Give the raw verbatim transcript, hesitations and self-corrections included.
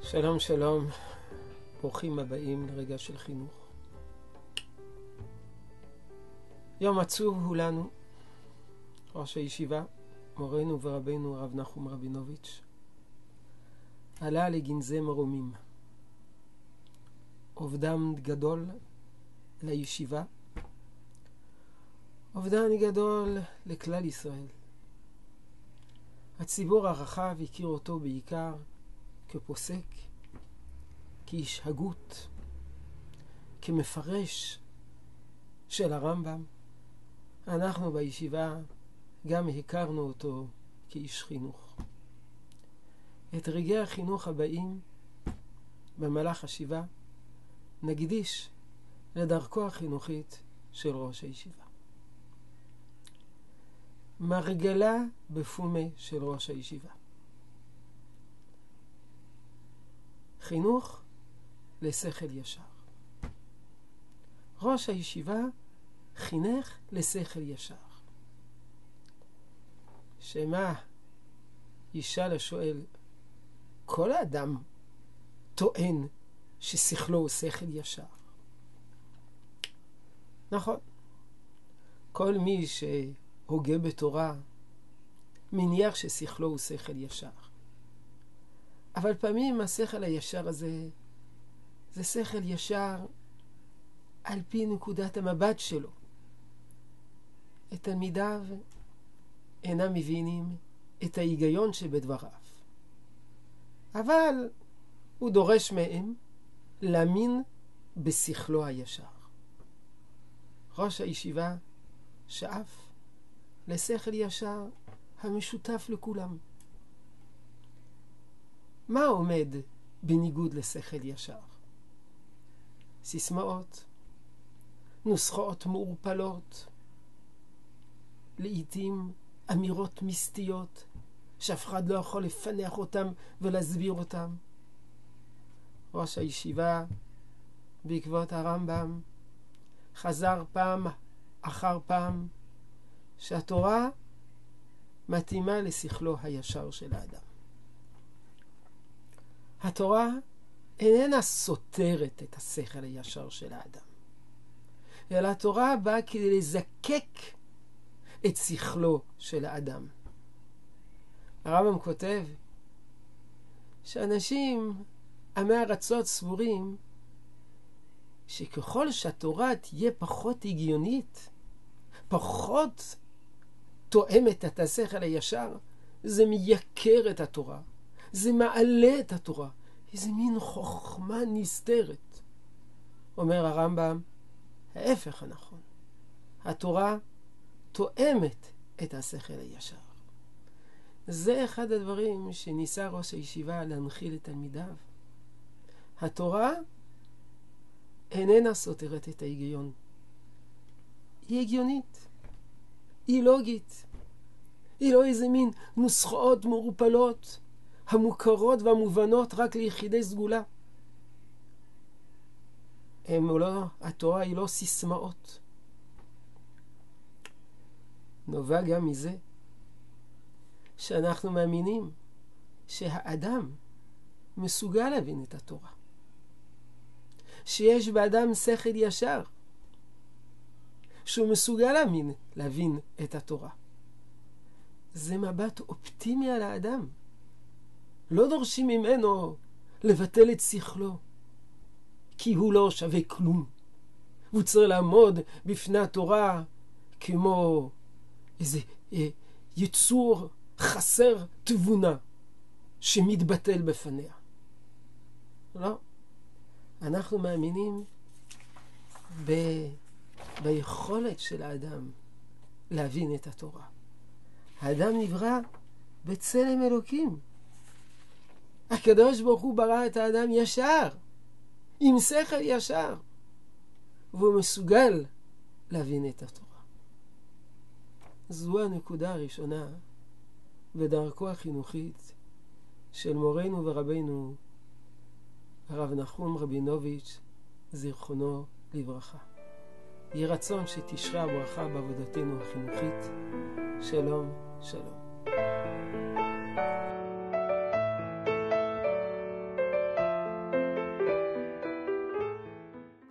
שלום שלום, ברוכים הבאים לרגע של חינוך. יום עצוב הוא לנו. ראש הישיבה, מורנו ורבנו הרב נחום רבינוביץ', עלה לגנזי מרומים. אובדן גדול לישיבה, אובדן גדול לכלל ישראל. הציבור הרחב הכיר אותו בעיקר כפוסק, כאיש הגות, כמפרש של הרמב"ם. אנחנו בישיבה גם הכרנו אותו כאיש חינוך. את רגעי החינוך הבאים במהלך השבעה נקדיש לדרכו החינוכית של ראש הישיבה. מרגלה בפומה של ראש הישיבה. חינוך לשכל ישר. ראש הישיבה חינך לשכל ישר. שמה ישאל השואל, כל האדם טוען ששכלו הוא שכל ישר. נכון. כל מי שהוגה בתורה מניח ששכלו הוא שכל ישר. אבל פעמים השכל הישר הזה זה שכל ישר על פי נקודת המבט שלו. את תלמידיו אינם מבינים את ההיגיון שבדבריו. אבל הוא דורש מהם להאמין בשכלו הישר. ראש הישיבה שאף לשכל ישר המשותף לכולם. מה עומד בניגוד לשכל ישר? סיסמאות, נוסחאות מעורפלות, לעתים אמירות מיסטיות שאף אחד לא יכול לפנח אותם ולהסביר אותם. ראש הישיבה בעקבות הרמב"ם חזר פעם אחר פעם שהתורה מתאימה לשכלו הישר של האדם. התורה איננה סותרת את השכל הישר של האדם, אלא התורה באה כדי לזקק את שכלו של האדם. הרמב"ם כותב שאנשים עמי ארצות סבורים שככל שהתורה תהיה פחות הגיונית, פחות תואמת את השכל הישר, זה מייקר את התורה, זה מעלה את התורה, איזה מין חוכמה נסתרת. אומר הרמב"ם, ההפך הנכון. התורה תואמת את השכל הישר. זה אחד הדברים שניסה ראש הישיבה להנחיל לתלמידיו. התורה איננה סותרת את ההיגיון. היא הגיונית, היא לוגית, היא לא איזה מין נוסחאות מעורפלות המוכרות והמובנות רק ליחידי סגולה. הם לא, התורה היא לא סיסמאות. נובע גם מזה שאנחנו מאמינים שהאדם מסוגל להבין את התורה, שיש באדם שכל ישר, שהוא מסוגל להבין, להבין את התורה. זה מבט אופטימי על האדם. לא דורשים ממנו לבטל את שכלו, כי הוא לא שווה כלום. הוא צריך לעמוד בפני התורה כמו איזה אה, יצור חסר תבונה שמתבטל בפניה. לא. אנחנו מאמינים ב... ביכולת של האדם להבין את התורה. האדם נברא בצלם אלוקים. הקדוש ברוך הוא ברא את האדם ישר, עם שכל ישר, והוא מסוגל להבין את התורה. זו הנקודה הראשונה בדרכו החינוכית של מורנו ורבנו הרב נחום רבינוביץ' זיכרונו לברכה. יהי רצון שתשרה הברכה בעבודתנו החינוכית. שלום, שלום.